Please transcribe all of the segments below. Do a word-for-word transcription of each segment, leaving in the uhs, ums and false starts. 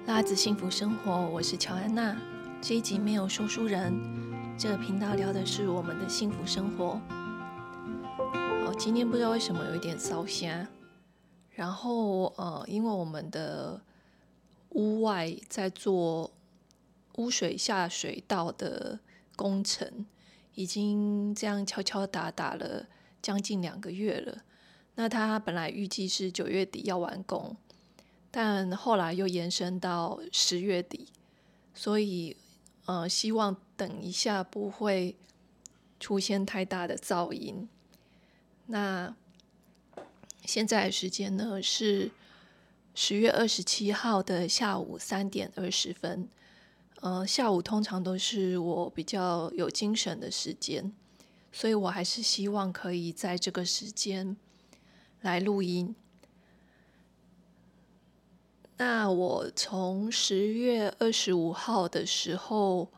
拉子幸福生活，我是乔安娜。这一集没有说书人，这个频道聊的是我们的幸福生活。好，今天不知道为什么有一点烧瞎，然后呃，因为我们的屋外在做污水下水道的工程，已经这样敲敲打打了将近两个月了。那它本来预计是九月底要完工，但后来又延伸到十月底，所以呃，希望等一下不会出现太大的噪音。那现在的时间呢是十月二十七号的下午三点二十分。呃，下午通常都是我比较有精神的时间，所以我还是希望可以在这个时间来录音。那我从十月二十五号的时候，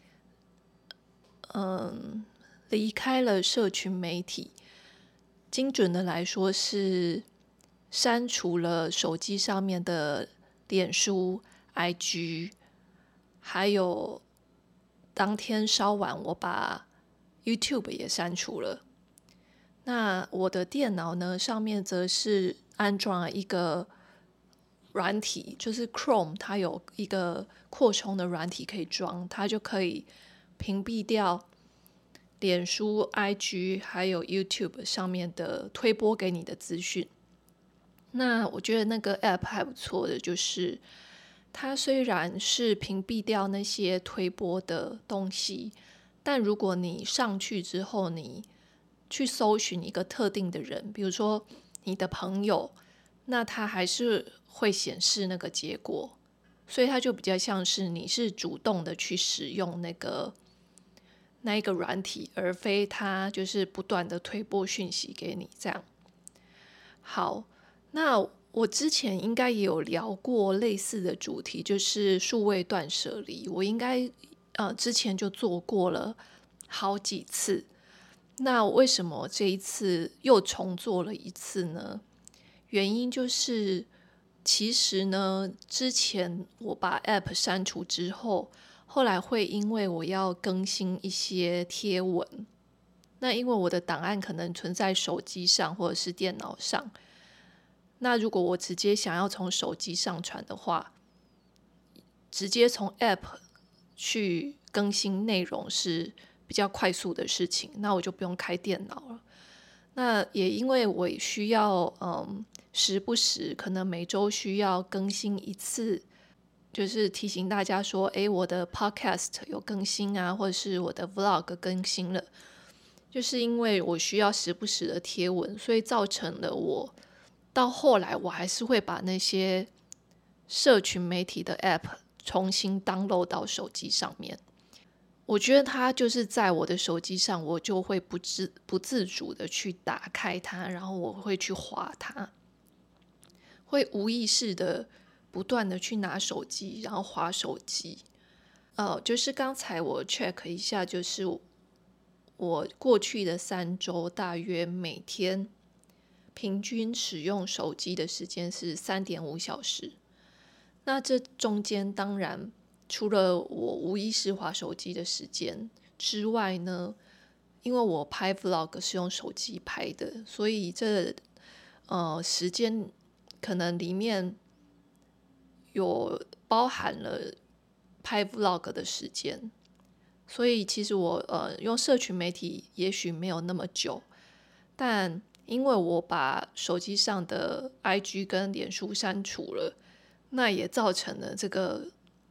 嗯，离开了社群媒体，精准的来说是删除了手机上面的脸书、I G， 还有当天稍晚我把 YouTube 也删除了。那我的电脑呢，上面则是安装了一个软体，就是 Chrome， 它有一个扩充的软体可以装，它就可以屏蔽掉脸书、I G 还有 YouTube 上面的推播给你的资讯。那我觉得那个 App 还不错的，就是它虽然是屏蔽掉那些推播的东西，但如果你上去之后，你去搜寻一个特定的人，比如说你的朋友，那它还是会显示那个结果，所以它就比较像是你是主动的去使用那个那一个软体，而非它就是不断的推播讯息给你这样。好，那我之前应该也有聊过类似的主题，就是数位断舍离，我应该呃之前就做过了好几次。那为什么这一次又重做了一次呢？原因就是其实呢，之前我把 App 删除之后，后来会因为我要更新一些贴文，那因为我的档案可能存在手机上或者是电脑上，那如果我直接想要从手机上传的话，直接从 App 去更新内容是比较快速的事情，那我就不用开电脑了。那也因为我需要嗯时不时可能每周需要更新一次，就是提醒大家说，诶，我的 podcast 有更新啊，或者是我的 vlog 更新了，就是因为我需要时不时的贴文，所以造成了我到后来我还是会把那些社群媒体的 app 重新 download 到手机上面。我觉得它就是在我的手机上，我就会不自不自主的去打开它，然后我会去滑它，会无意识的不断的去拿手机，然后滑手机。呃，就是刚才我 check 一下，就是我过去的三周大约每天平均使用手机的时间是三点五小时。那这中间当然除了我无意识滑手机的时间之外呢，因为我拍 vlog 是用手机拍的，所以这呃时间可能里面有包含了拍 vlog 的时间，所以其实我呃用社群媒体也许没有那么久，但因为我把手机上的 I G 跟脸书删除了，那也造成了这个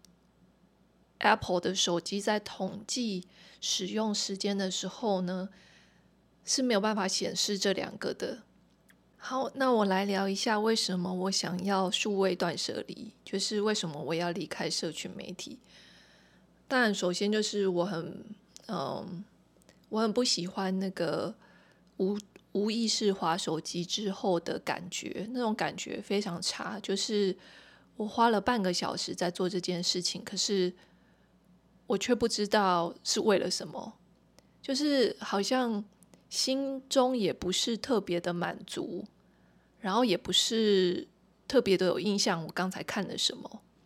Apple 的手机在统计使用时间的时候呢，是没有办法显示这两个的。好，那我来聊一下为什么我想要数位断舍离，就是为什么我要离开社群媒体。当然首先就是我很嗯，我很不喜欢那个无无意识滑手机之后的感觉，那种感觉非常差，就是我花了半个小时在做这件事情，可是我却不知道是为了什么，就是好像心中也不是特别的满足，然后也不是特别的有印象我刚才看了什么，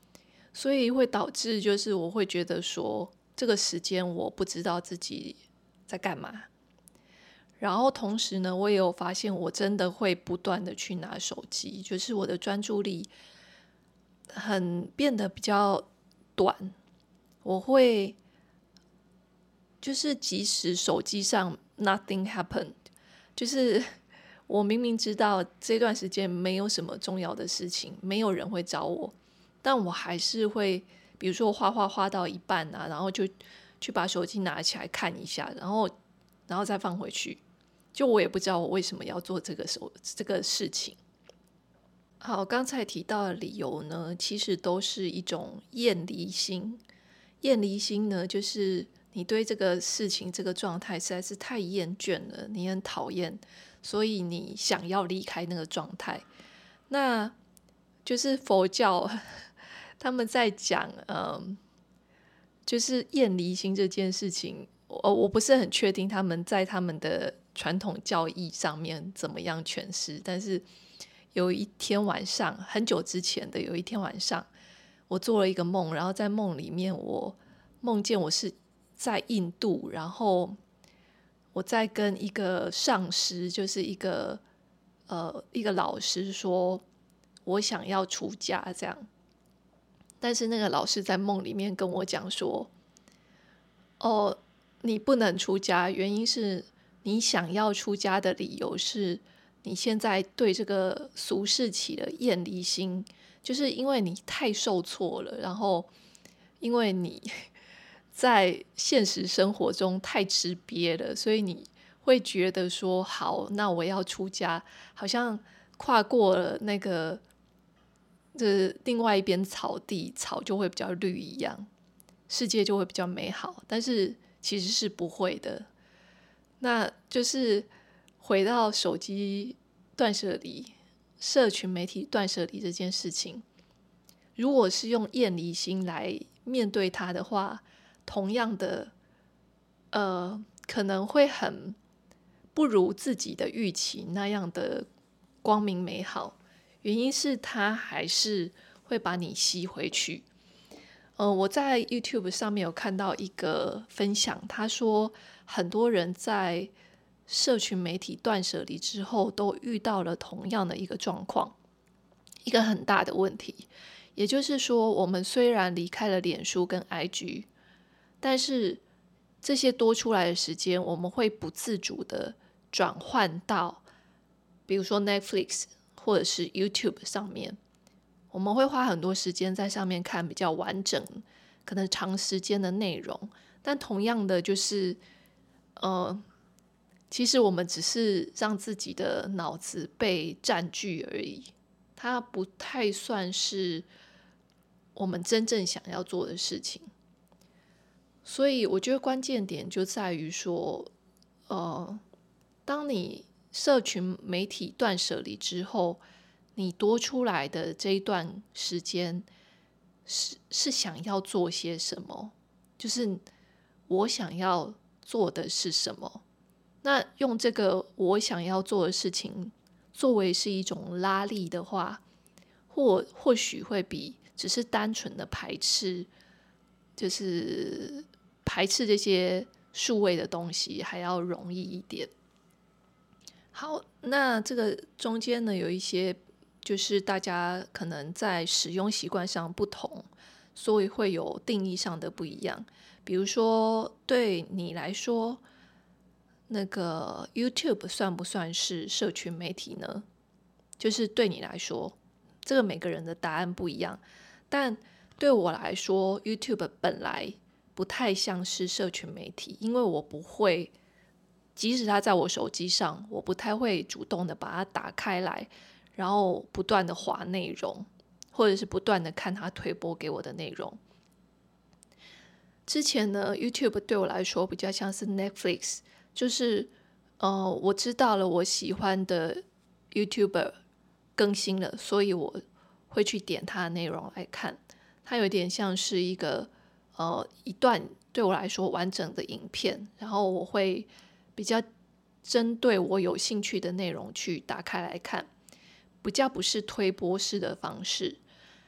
所以会导致就是我会觉得说这个时间我不知道自己在干嘛。然后同时呢，我也有发现我真的会不断的去拿手机，就是我的专注力很变得比较短。我会就是即使手机上 nothing happened， 就是我明明知道这段时间没有什么重要的事情，没有人会找我，但我还是会比如说画画画到一半啊，然后就去把手机拿起来看一下，然后然后再放回去。就我也不知道我为什么要做这个手这个事情。好，刚才提到的理由呢，其实都是一种厌离心。厌离心呢，就是你对这个事情、这个状态实在是太厌倦了，你很讨厌，所以你想要离开那个状态。那就是佛教他们在讲，嗯，就是厌离心这件事情，我我不是很确定他们在他们的传统教义上面怎么样诠释，但是有一天晚上，很久之前的有一天晚上，我做了一个梦，然后在梦里面我梦见我是在印度，然后我在跟一个上师，就是一个呃一个老师说我想要出家这样。但是那个老师在梦里面跟我讲说，哦，你不能出家，原因是你想要出家的理由是你现在对这个俗世起了厌离心，就是因为你太受挫了，然后因为你在现实生活中太吃瘪了，所以你会觉得说好，那我要出家，好像跨过了那个这另外一边草地，草就会比较绿一样，世界就会比较美好。但是其实是不会的。那就是回到手机断舍离、社群媒体断舍离这件事情，如果是用厌离心来面对它的话，同样的，呃，可能会很不如自己的预期那样的光明美好。原因是它还是会把你吸回去。呃，我在 YouTube 上面有看到一个分享，他说很多人在社群媒体断舍离之后，都遇到了同样的一个状况，一个很大的问题。也就是说，我们虽然离开了脸书跟 I G， 但是这些多出来的时间，我们会不自主的转换到，比如说 Netflix 或者是 YouTube 上面。我们会花很多时间在上面看比较完整、可能长时间的内容，但同样的就是，呃，其实我们只是让自己的脑子被占据而已，它不太算是我们真正想要做的事情。所以我觉得关键点就在于说，呃，当你社群媒体断舍离之后，你多出来的这一段时间是是想要做些什么？就是我想要做的是什么？那用这个我想要做的事情作为是一种拉力的话，或或许会比只是单纯的排斥，就是排斥这些数位的东西还要容易一点。好，那这个中间呢，有一些就是大家可能在使用习惯上不同，所以会有定义上的不一样。比如说，对你来说，那个 YouTube 算不算是社群媒体呢？就是对你来说，这个每个人的答案不一样。但对我来说 ，YouTube 本来不太像是社群媒体，因为我不会。即使它在我手机上，我不太会主动的把它打开来，然后不断的滑内容，或者是不断的看它推播给我的内容。之前呢 YouTube 对我来说比较像是 Netflix， 就是呃我知道了我喜欢的 YouTuber 更新了，所以我会去点它的内容来看。它有点像是一个呃一段对我来说完整的影片，然后我会比较针对我有兴趣的内容去打开来看，比较不是推播式的方式。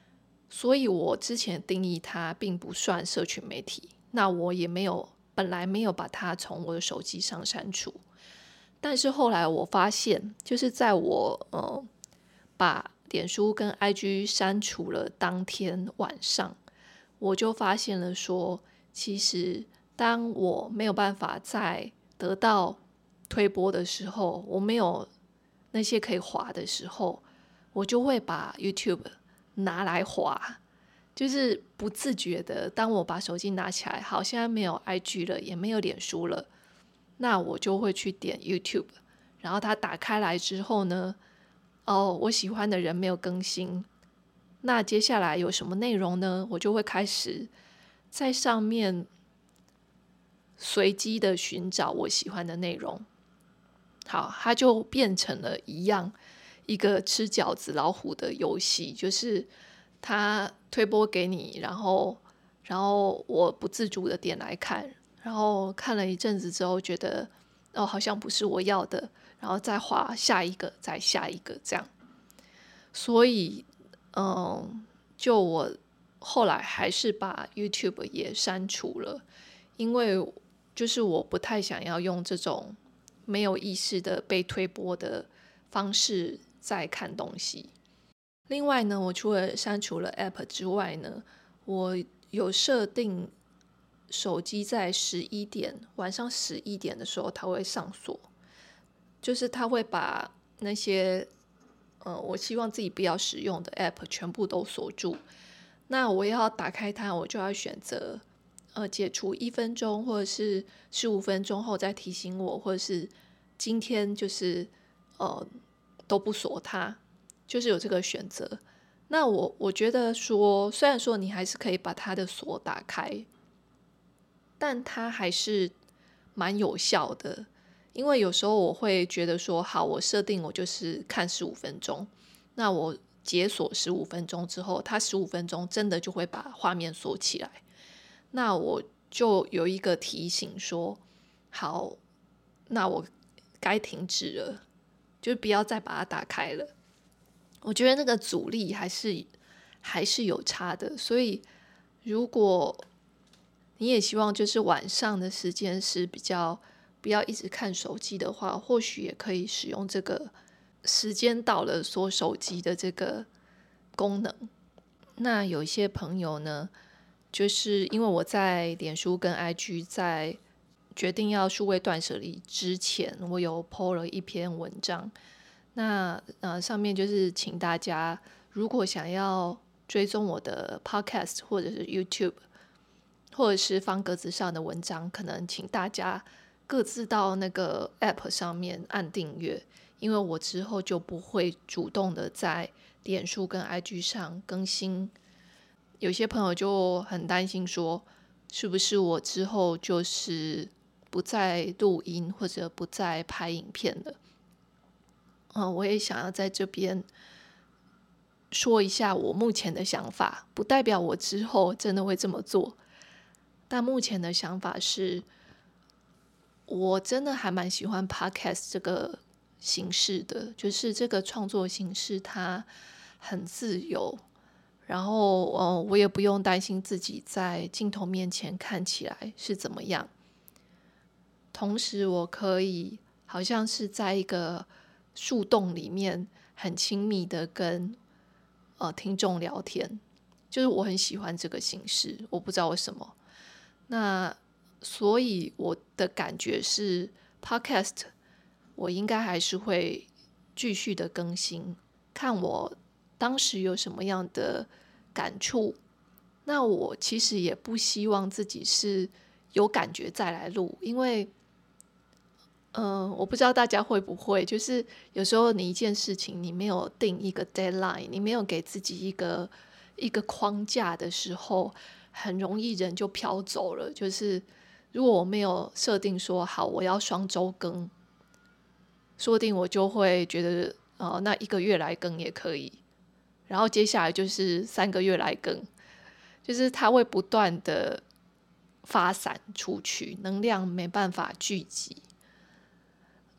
所以我之前定义它并不算社群媒体，那我也没有本来没有把它从我的手机上删除。但是后来我发现，就是在我呃把脸书跟 I G 删除了当天晚上，我就发现了说，其实当我没有办法再得到推播的时候，我没有那些可以滑的时候，我就会把 YouTube 拿来滑，就是不自觉的，当我把手机拿起来，好，现在没有 I G 了，也没有脸书了，那我就会去点 YouTube， 然后它打开来之后呢，哦，我喜欢的人没有更新，那接下来有什么内容呢？我就会开始在上面随机的寻找我喜欢的内容。好，它就变成了一样一个吃饺子老虎的游戏，就是它推播给你，然后然后我不自主的点来看，然后看了一阵子之后觉得哦好像不是我要的，然后再滑下一个，再下一个这样。所以嗯，就我后来还是把 YouTube 也删除了，因为就是我不太想要用这种没有意识的被推播的方式在看东西。另外呢，我除了删除了 App 之外呢，我有设定手机在十一点晚上十一点的时候它会上锁，就是它会把那些呃我希望自己不要使用的 App 全部都锁住。那我要打开它，我就要选择呃解除一分钟，或者是十五分钟后再提醒我，或者是今天就是呃都不锁它，就是有这个选择。那我我觉得说，虽然说你还是可以把它的锁打开，但它还是蛮有效的。因为有时候我会觉得说，好，我设定我就是看十五分钟，那我解锁十五分钟之后，它十五分钟真的就会把画面锁起来，那我就有一个提醒说，好，那我该停止了，就不要再把它打开了。我觉得那个阻力还是还是有差的，所以如果你也希望就是晚上的时间是比较不要一直看手机的话，或许也可以使用这个时间到了锁手机的这个功能。那有一些朋友呢，就是因为我在脸书跟 I G 在决定要数位断舍离之前，我有 po 了一篇文章，那呃上面就是请大家如果想要追踪我的 podcast 或者是 YouTube 或者是方格子上的文章，可能请大家各自到那个 app 上面按订阅，因为我之后就不会主动的在脸书跟 I G 上更新。有些朋友就很担心说，是不是我之后就是不再录音或者不再拍影片了。嗯，我也想要在这边说一下我目前的想法，不代表我之后真的会这么做。但目前的想法是，我真的还蛮喜欢 podcast 这个形式的，就是这个创作形式它很自由，然后呃，我也不用担心自己在镜头面前看起来是怎么样。同时我可以好像是在一个树洞里面很亲密的跟呃听众聊天，就是我很喜欢这个形式，我不知道为什么。那所以我的感觉是 podcast 我应该还是会继续的更新，看我当时有什么样的感触。那我其实也不希望自己是有感觉再来录，因为嗯、呃，我不知道大家会不会，就是有时候你一件事情你没有定一个 deadline， 你没有给自己一个一个框架的时候，很容易人就飘走了。就是如果我没有设定说好我要双周更，说不定我就会觉得呃，那一个月来更也可以，然后接下来就是三个月来更，就是它会不断的发散出去，能量没办法聚集。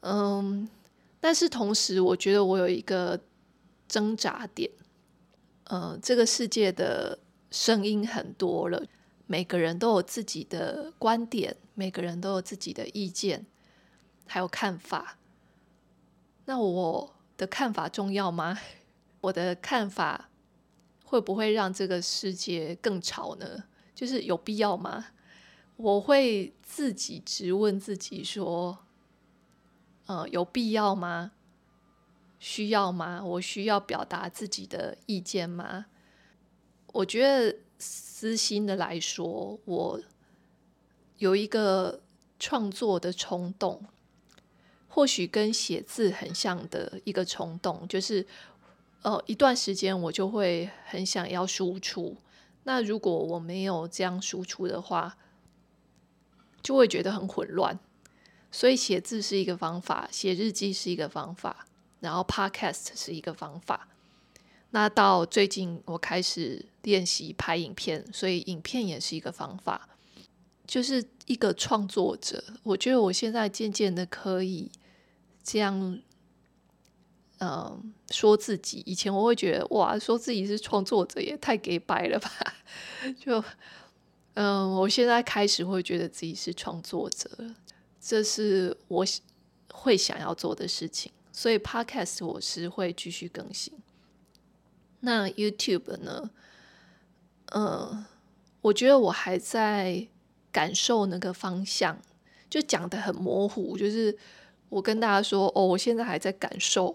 嗯，但是同时我觉得我有一个挣扎点， 呃，这个世界的声音很多了，每个人都有自己的观点，每个人都有自己的意见，还有看法。那我的看法重要吗？我的看法会不会让这个世界更吵呢？就是有必要吗？我会自己质问自己说，呃，有必要吗？需要吗？我需要表达自己的意见吗？我觉得私心的来说，我有一个创作的冲动，或许跟写字很像的一个冲动，就是呃，一段时间我就会很想要输出。那如果我没有这样输出的话，就会觉得很混乱。所以写字是一个方法，写日记是一个方法，然后 podcast 是一个方法。那到最近我开始练习拍影片，所以影片也是一个方法。就是一个创作者，我觉得我现在渐渐的可以这样嗯，说自己。以前我会觉得哇，说自己是创作者也太给白了吧。就嗯，我现在开始会觉得自己是创作者，这是我会想要做的事情。所以 podcast 我是会继续更新。那 YouTube 呢？嗯，我觉得我还在感受那个方向，就讲得很模糊。就是我跟大家说，哦，我现在还在感受。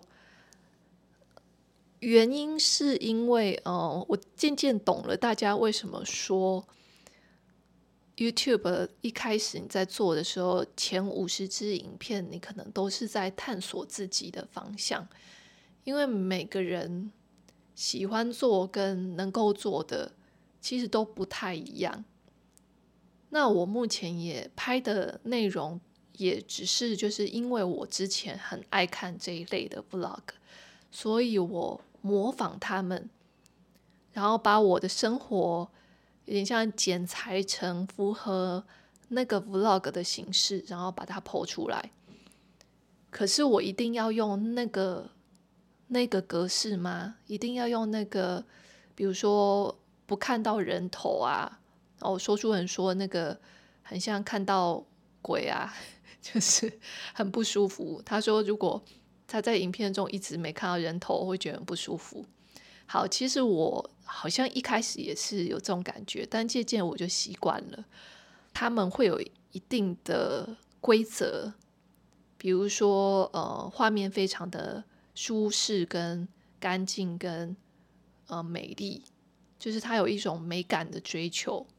原因是因为，呃，我渐渐懂了大家为什么说 YouTube 一开始你在做的时候，前五十支影片你可能都是在探索自己的方向，因为每个人喜欢做跟能够做的其实都不太一样。那我目前也拍的内容也只是就是因为我之前很爱看这一类的 vlog， 所以我模仿他们，然后把我的生活有点像剪裁成符合那个 vlog 的形式，然后把它 po 出来。可是我一定要用那个那个格式吗？一定要用那个，比如说不看到人头啊，然后说书人说那个很像看到鬼啊，就是很不舒服。他说如果他在影片中一直没看到人头，会觉得很不舒服。好，其实我好像一开始也是有这种感觉，但渐渐我就习惯了。他们会有一定的规则，比如说呃，画面非常的舒适、跟干净、跟呃美丽，就是它有一种美感的追求。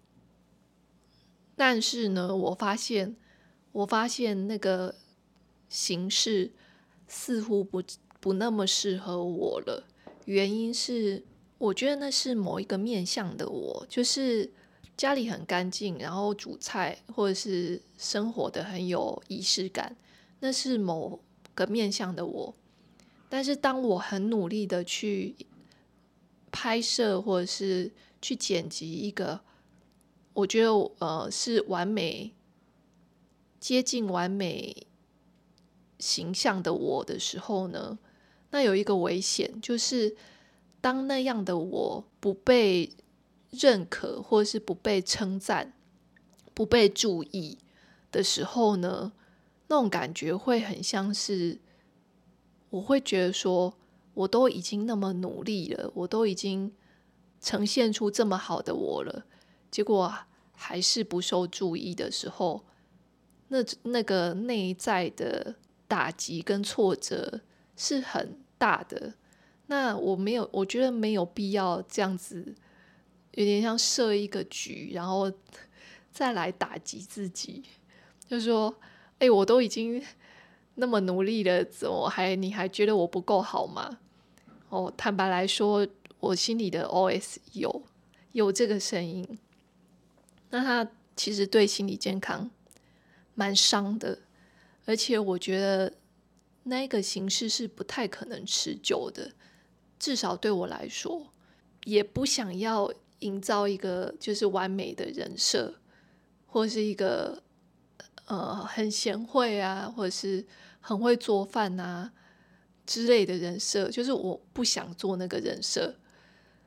但是呢，我发现，我发现那个形式似乎不不那么适合我了。原因是，我觉得那是某一个面向的我，就是家里很干净，然后煮菜或者是生活的很有仪式感，那是某个面向的我。但是当我很努力的去拍摄或者是去剪辑一个我觉得呃是完美接近完美形象的我的时候呢，那有一个危险，就是当那样的我不被认可或是不被称赞、不被注意的时候呢，那种感觉会很像是我会觉得说，我都已经那么努力了，我都已经呈现出这么好的我了，结果还是不受注意的时候，那那个内在的打击跟挫折是很大的。那我没有，我觉得没有必要这样子，有点像设一个局，然后再来打击自己，就说：“哎、欸，我都已经那么努力了，怎么还你还觉得我不够好吗？”哦，坦白来说，我心里的 O S 有有这个声音，那他其实对心理健康蛮伤的，而且我觉得那个形式是不太可能持久的，至少对我来说，也不想要营造一个就是完美的人设，或是一个呃很贤惠啊，或者是很会做饭啊之类的人设，就是我不想做那个人设。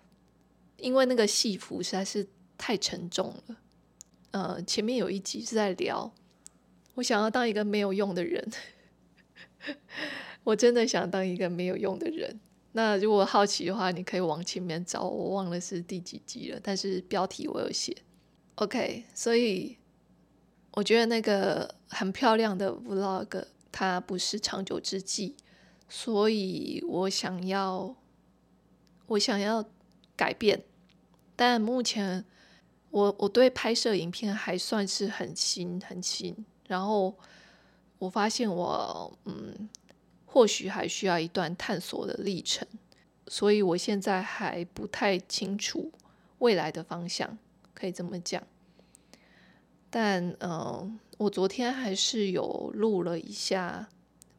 因为那个戏服实在是太沉重了。呃，前面有一集是在聊，我想要当一个没有用的人，我真的想当一个没有用的人。那如果好奇的话，你可以往前面找，我忘了是第几集了，但是标题我有写。OK， 所以我觉得那个很漂亮的 vlog 它不是长久之计，所以我想要我想要改变，但目前我我对拍摄影片还算是很新很新，然后我发现我嗯或许还需要一段探索的历程，所以我现在还不太清楚未来的方向，可以这么讲。但嗯、呃，我昨天还是有录了一下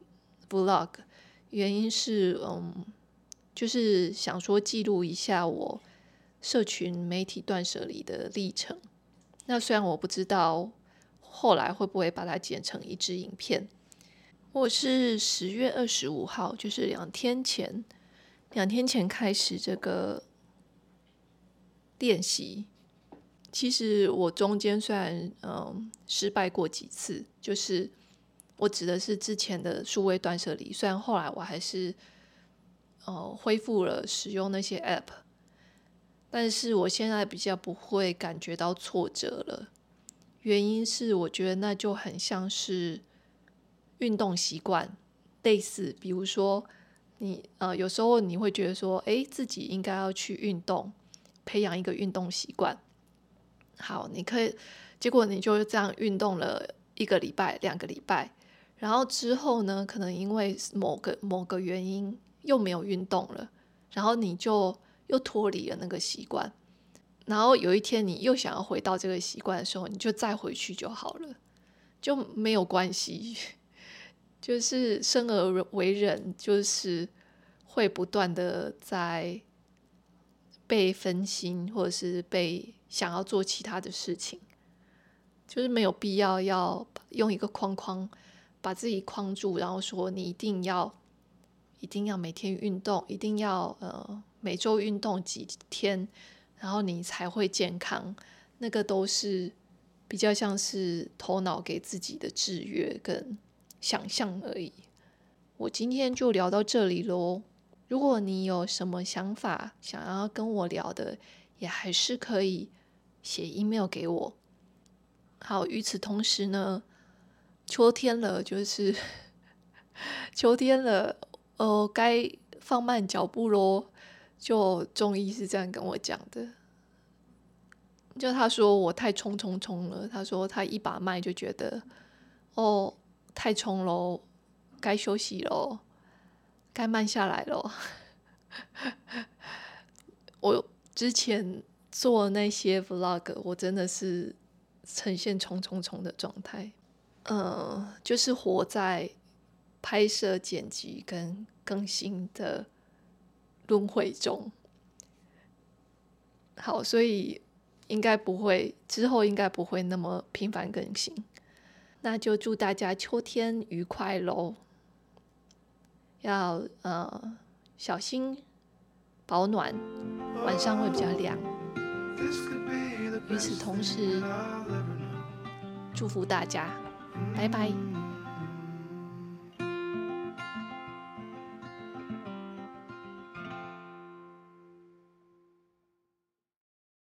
vlog， 原因是嗯，就是想说记录一下我社群媒体断舍离的历程。那虽然我不知道后来会不会把它剪成一支影片。我是十月二十五号，就是两天前，两天前开始这个练习。其实我中间虽然嗯失败过几次，就是我指的是之前的数位断舍离，虽然后来我还是呃恢复了使用那些 app， 但是我现在比较不会感觉到挫折了。原因是我觉得那就很像是运动习惯，类似比如说你呃有时候你会觉得说，哎，自己应该要去运动，培养一个运动习惯。好，你可以，结果你就这样运动了一个礼拜、两个礼拜，然后之后呢，可能因为某个某个原因又没有运动了，然后你就又脱离了那个习惯，然后有一天你又想要回到这个习惯的时候，你就再回去就好了，就没有关系。就是生而为人，就是会不断的在被分心，或者是被想要做其他的事情，就是没有必要要用一个框框把自己框住，然后说你一定要一定要每天运动，一定要呃每周运动几天，然后你才会健康。那个都是比较像是头脑给自己的制约跟想象而已。我今天就聊到这里咯。如果你有什么想法想要跟我聊的，也还是可以写 email 给我。好，与此同时呢，秋天了，就是秋天了，呃，该放慢脚步咯。就中医是这样跟我讲的，就他说我太冲冲冲了，他说他一把脉就觉得哦太冲咯，该休息咯，该慢下来咯。我之前做那些 vlog， 我真的是呈现冲冲冲的状态，呃，就是活在拍摄、剪辑跟更新的轮回中。好，所以应该不会，之后应该不会那么频繁更新。那就祝大家秋天愉快咯，要呃小心保暖，晚上会比较凉。与此同时，祝福大家，拜拜。